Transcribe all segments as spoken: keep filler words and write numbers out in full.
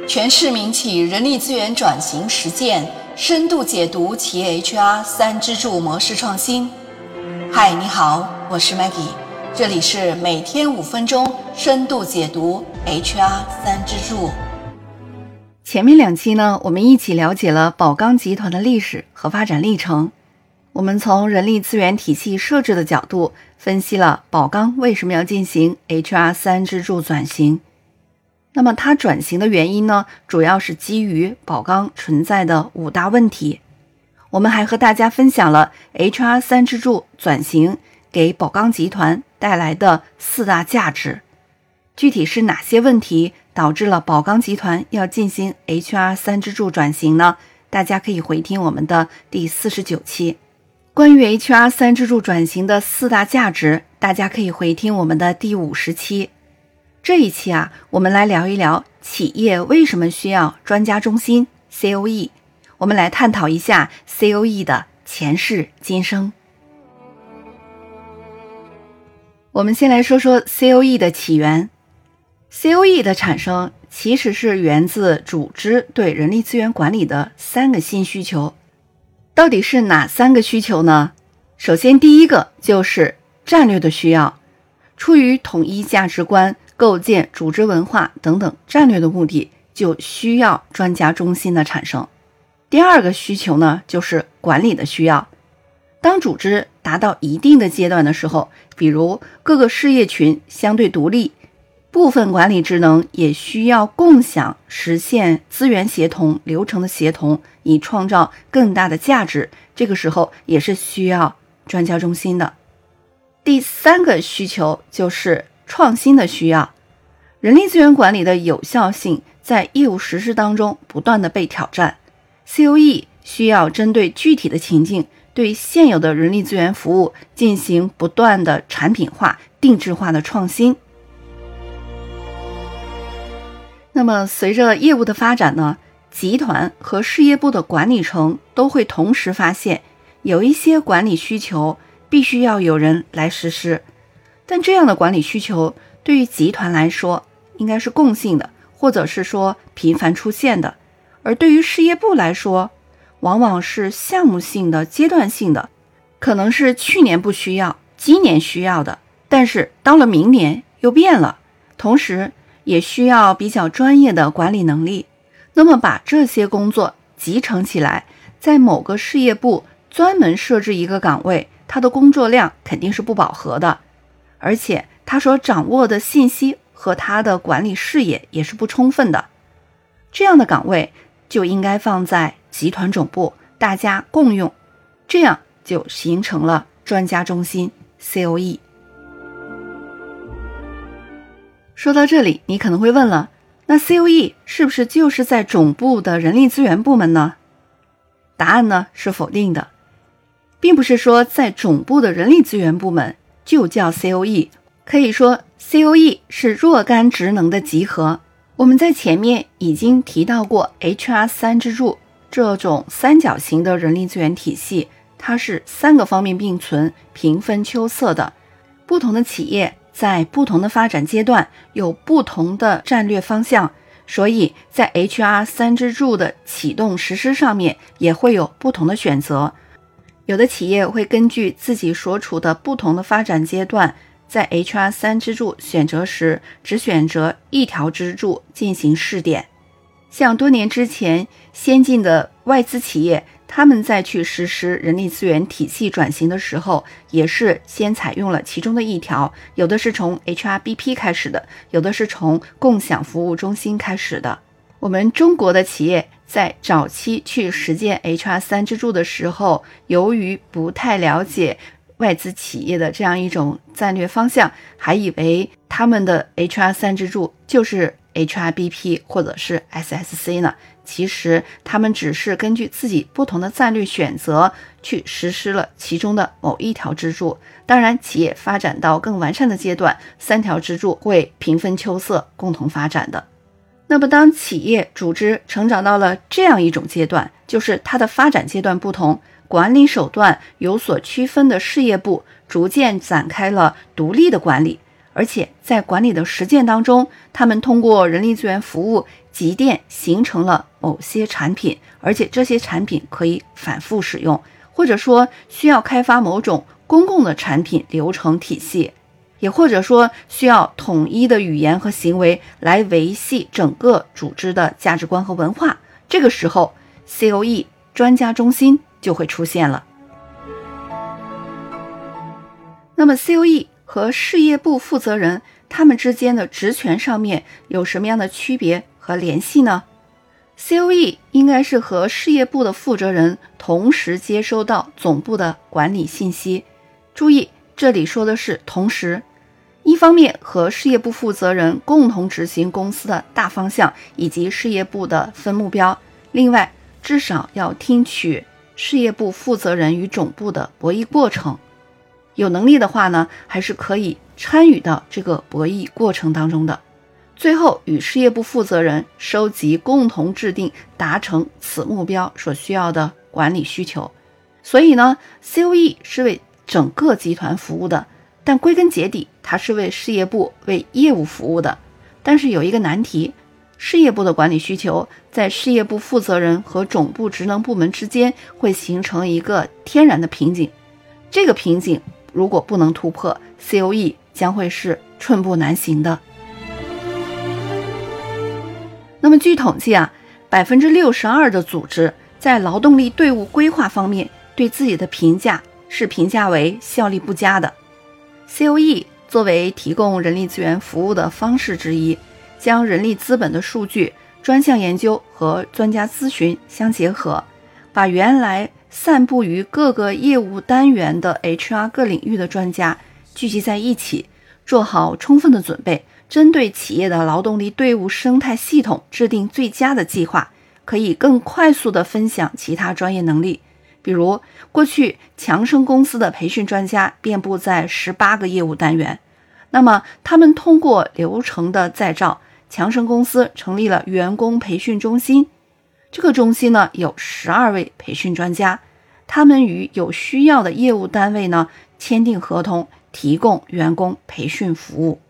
全市民企人力资源转型实践，深度解读企业 H R 三支柱模式创新。嗨，你好，我是 Maggie， 这里是每天五分钟深度解读 H R 三支柱。 前面两期呢，我们一起了解了宝钢集团的历史和发展历程。我们从人力资源体系设置的角度，分析了宝钢为什么要进行 H R 三支柱转型。那么它转型的原因呢，主要是基于宝钢存在的五大问题。我们还和大家分享了 H R 三支柱转型给宝钢集团带来的四大价值。具体是哪些问题导致了宝钢集团要进行 H R 三支柱转型呢？大家可以回听我们的第四十九期。关于 H R 三支柱转型的四大价值，大家可以回听我们的第五十期。这一期啊，我们来聊一聊企业为什么需要专家中心 C O E， 我们来探讨一下 C O E 的前世今生。我们先来说说 C O E 的起源。 C O E 的产生其实是源自组织对人力资源管理的三个新需求。到底是哪三个需求呢？首先第一个就是战略的需要，出于统一价值观、构建组织文化等等战略的目的，就需要专家中心的产生。第二个需求呢，就是管理的需要。当组织达到一定的阶段的时候，比如各个事业群相对独立，部分管理职能也需要共享，实现资源协同、流程的协同，以创造更大的价值。这个时候也是需要专家中心的。第三个需求就是创新的需要。人力资源管理的有效性在业务实施当中不断的被挑战， C O E 需要针对具体的情境，对现有的人力资源服务进行不断的产品化、定制化的创新。那么随着业务的发展呢，集团和事业部的管理层都会同时发现，有一些管理需求必须要有人来实施，但这样的管理需求对于集团来说应该是共性的，或者是说频繁出现的，而对于事业部来说往往是项目性的、阶段性的，可能是去年不需要，今年需要的，但是到了明年又变了，同时也需要比较专业的管理能力。那么把这些工作集成起来，在某个事业部专门设置一个岗位，它的工作量肯定是不饱和的，而且他所掌握的信息和他的管理视野也是不充分的。这样的岗位就应该放在集团总部，大家共用，这样就形成了专家中心 C O E。 说到这里，你可能会问了，那 C O E 是不是就是在总部的人力资源部门呢？答案呢是否定的，并不是说在总部的人力资源部门就叫 C O E， 可以说 C O E 是若干职能的集合。我们在前面已经提到过 H R 三支柱这种三角形的人力资源体系，它是三个方面并存、平分秋色的。不同的企业在不同的发展阶段有不同的战略方向，所以在 H R 三支柱的启动实施上面也会有不同的选择。有的企业会根据自己所处的不同的发展阶段，在 H R 三支柱选择时只选择一条支柱进行试点。像多年之前先进的外资企业，他们在去实施人力资源体系转型的时候，也是先采用了其中的一条，有的是从 H R B P 开始的，有的是从共享服务中心开始的。我们中国的企业在早期去实践 H R 三支柱的时候，由于不太了解外资企业的这样一种战略方向，还以为他们的 H R 三支柱就是 H R B P 或者是 S S C 呢。其实他们只是根据自己不同的战略选择去实施了其中的某一条支柱。当然企业发展到更完善的阶段，三条支柱会平分秋色，共同发展的。那么当企业组织成长到了这样一种阶段，就是它的发展阶段不同，管理手段有所区分的事业部逐渐展开了独立的管理， 而且在管理的实践当中，他们通过人力资源服务集淀形成了某些产品，而且这些产品可以反复使用，或者说需要开发某种公共的产品流程体系，也或者说需要统一的语言和行为来维系整个组织的价值观和文化。这个时候 C O E 专家中心就会出现了。那么 C O E 和事业部负责人他们之间的职权上面有什么样的区别和联系呢？ C O E 应该是和事业部的负责人同时接收到总部的管理信息。注意，这里说的是同时，一方面和事业部负责人共同执行公司的大方向以及事业部的分目标，另外至少要听取事业部负责人与总部的博弈过程。有能力的话呢，还是可以参与到这个博弈过程当中的，最后与事业部负责人收集共同制定达成此目标所需要的管理需求。所以呢 C O E 是为整个集团服务的，但归根结底它是为事业部为业务服务的。但是有一个难题，事业部的管理需求在事业部负责人和总部职能部门之间会形成一个天然的瓶颈，这个瓶颈如果不能突破， C O E 将会是寸步难行的。那么据统计啊 百分之六十二 的组织在劳动力队伍规划方面对自己的评价是评价为效力不佳的。 C O E 作为提供人力资源服务的方式之一，将人力资本的数据、专项研究和专家咨询相结合，把原来散布于各个业务单元的 H R 各领域的专家聚集在一起，做好充分的准备，针对企业的劳动力队伍生态系统制定最佳的计划，可以更快速地分享其他专业能力。比如过去强生公司的培训专家遍布在十八个业务单元，那么他们通过流程的再造，强生公司成立了员工培训中心。这个中心呢有十二位培训专家，他们与有需要的业务单位呢签订合同，提供员工培训服务。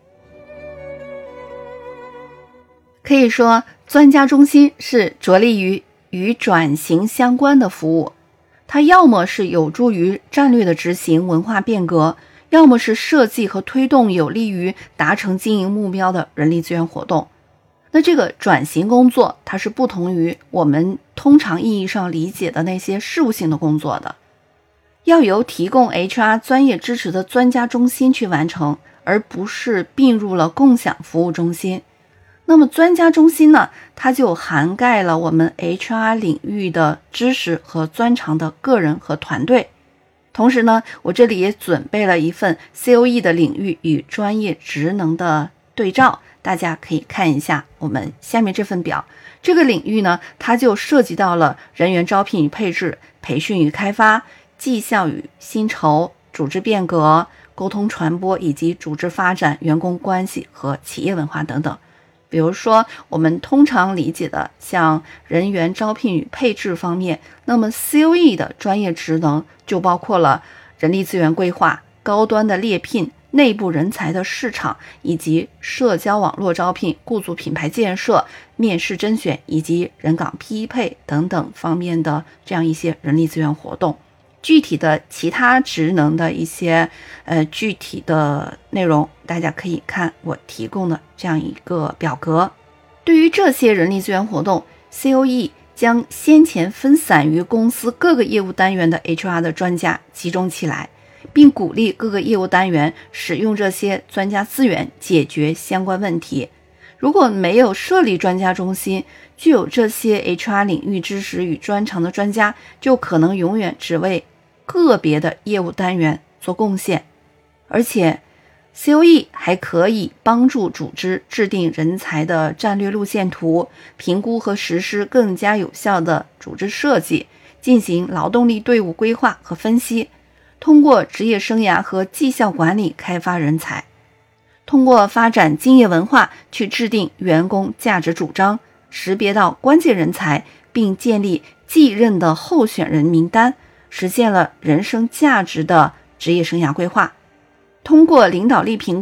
可以说专家中心是着力于与转型相关的服务，它要么是有助于战略的执行文化变革，要么是设计和推动有利于达成经营目标的人力资源活动。那这个转型工作它是不同于我们通常意义上理解的那些事务性的工作的，要由提供 H R 专业支持的专家中心去完成，而不是并入了共享服务中心。那么专家中心呢，它就涵盖了我们 H R 领域的知识和专长的个人和团队。同时呢，我这里也准备了一份 C O E 的领域与专业职能的对照，大家可以看一下我们下面这份表。这个领域呢，它就涉及到了人员招聘与配置、培训与开发、绩效与薪酬、组织变革、沟通传播以及组织发展、员工关系和企业文化等等。比如说我们通常理解的像人员招聘与配置方面，那么 C O E 的专业职能就包括了人力资源规划、高端的猎聘、内部人才的市场以及社交网络招聘、雇主品牌建设、面试甄选以及人岗匹配等等方面的这样一些人力资源活动。具体的其他职能的一些呃具体的内容，大家可以看我提供的这样一个表格。对于这些人力资源活动， C O E 将先前分散于公司各个业务单元的 H R 的专家集中起来，并鼓励各个业务单元使用这些专家资源解决相关问题。如果没有设立专家中心，具有这些 H R 领域知识与专长的专家就可能永远只为个别的业务单元做贡献。而且 C O E 还可以帮助组织制定人才的战略路线图，评估和实施更加有效的组织设计，进行劳动力队伍规划和分析，通过职业生涯和绩效管理开发人才，通过发展敬业文化去制定员工价值主张，识别到关键人才，并建立继任的候选人名单，实现了人生价值的职业生涯规划。通过领导力评估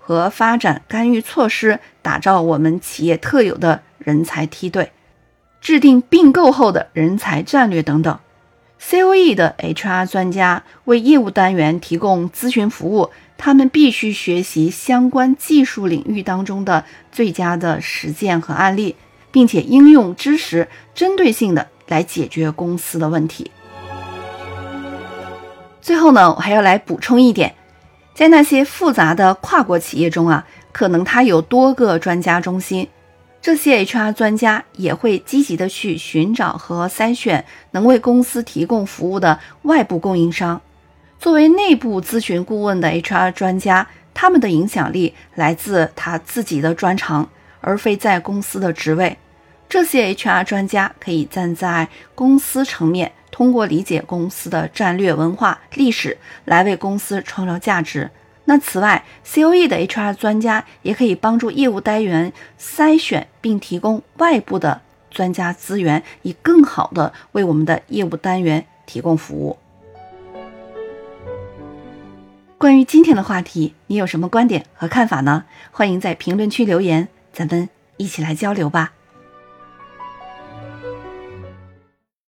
和发展干预措施，打造我们企业特有的人才梯队，制定并购后的人才战略等等。C O E 的 H R 专家为业务单元提供咨询服务，他们必须学习相关技术领域当中的最佳的实践和案例，并且应用知识针对性的来解决公司的问题。最后呢，我还要来补充一点，在那些复杂的跨国企业中啊，可能它有多个专家中心，这些 H R 专家也会积极的去寻找和筛选能为公司提供服务的外部供应商。作为内部咨询顾问的 H R 专家，他们的影响力来自他自己的专长，而非在公司的职位。这些 H R 专家可以站在公司层面，通过理解公司的战略、文化、历史来为公司创造价值。那此外 C O E 的 H R 专家也可以帮助业务单元筛选并提供外部的专家资源，以更好的为我们的业务单元提供服务。关于今天的话题，你有什么观点和看法呢？欢迎在评论区留言，咱们一起来交流吧。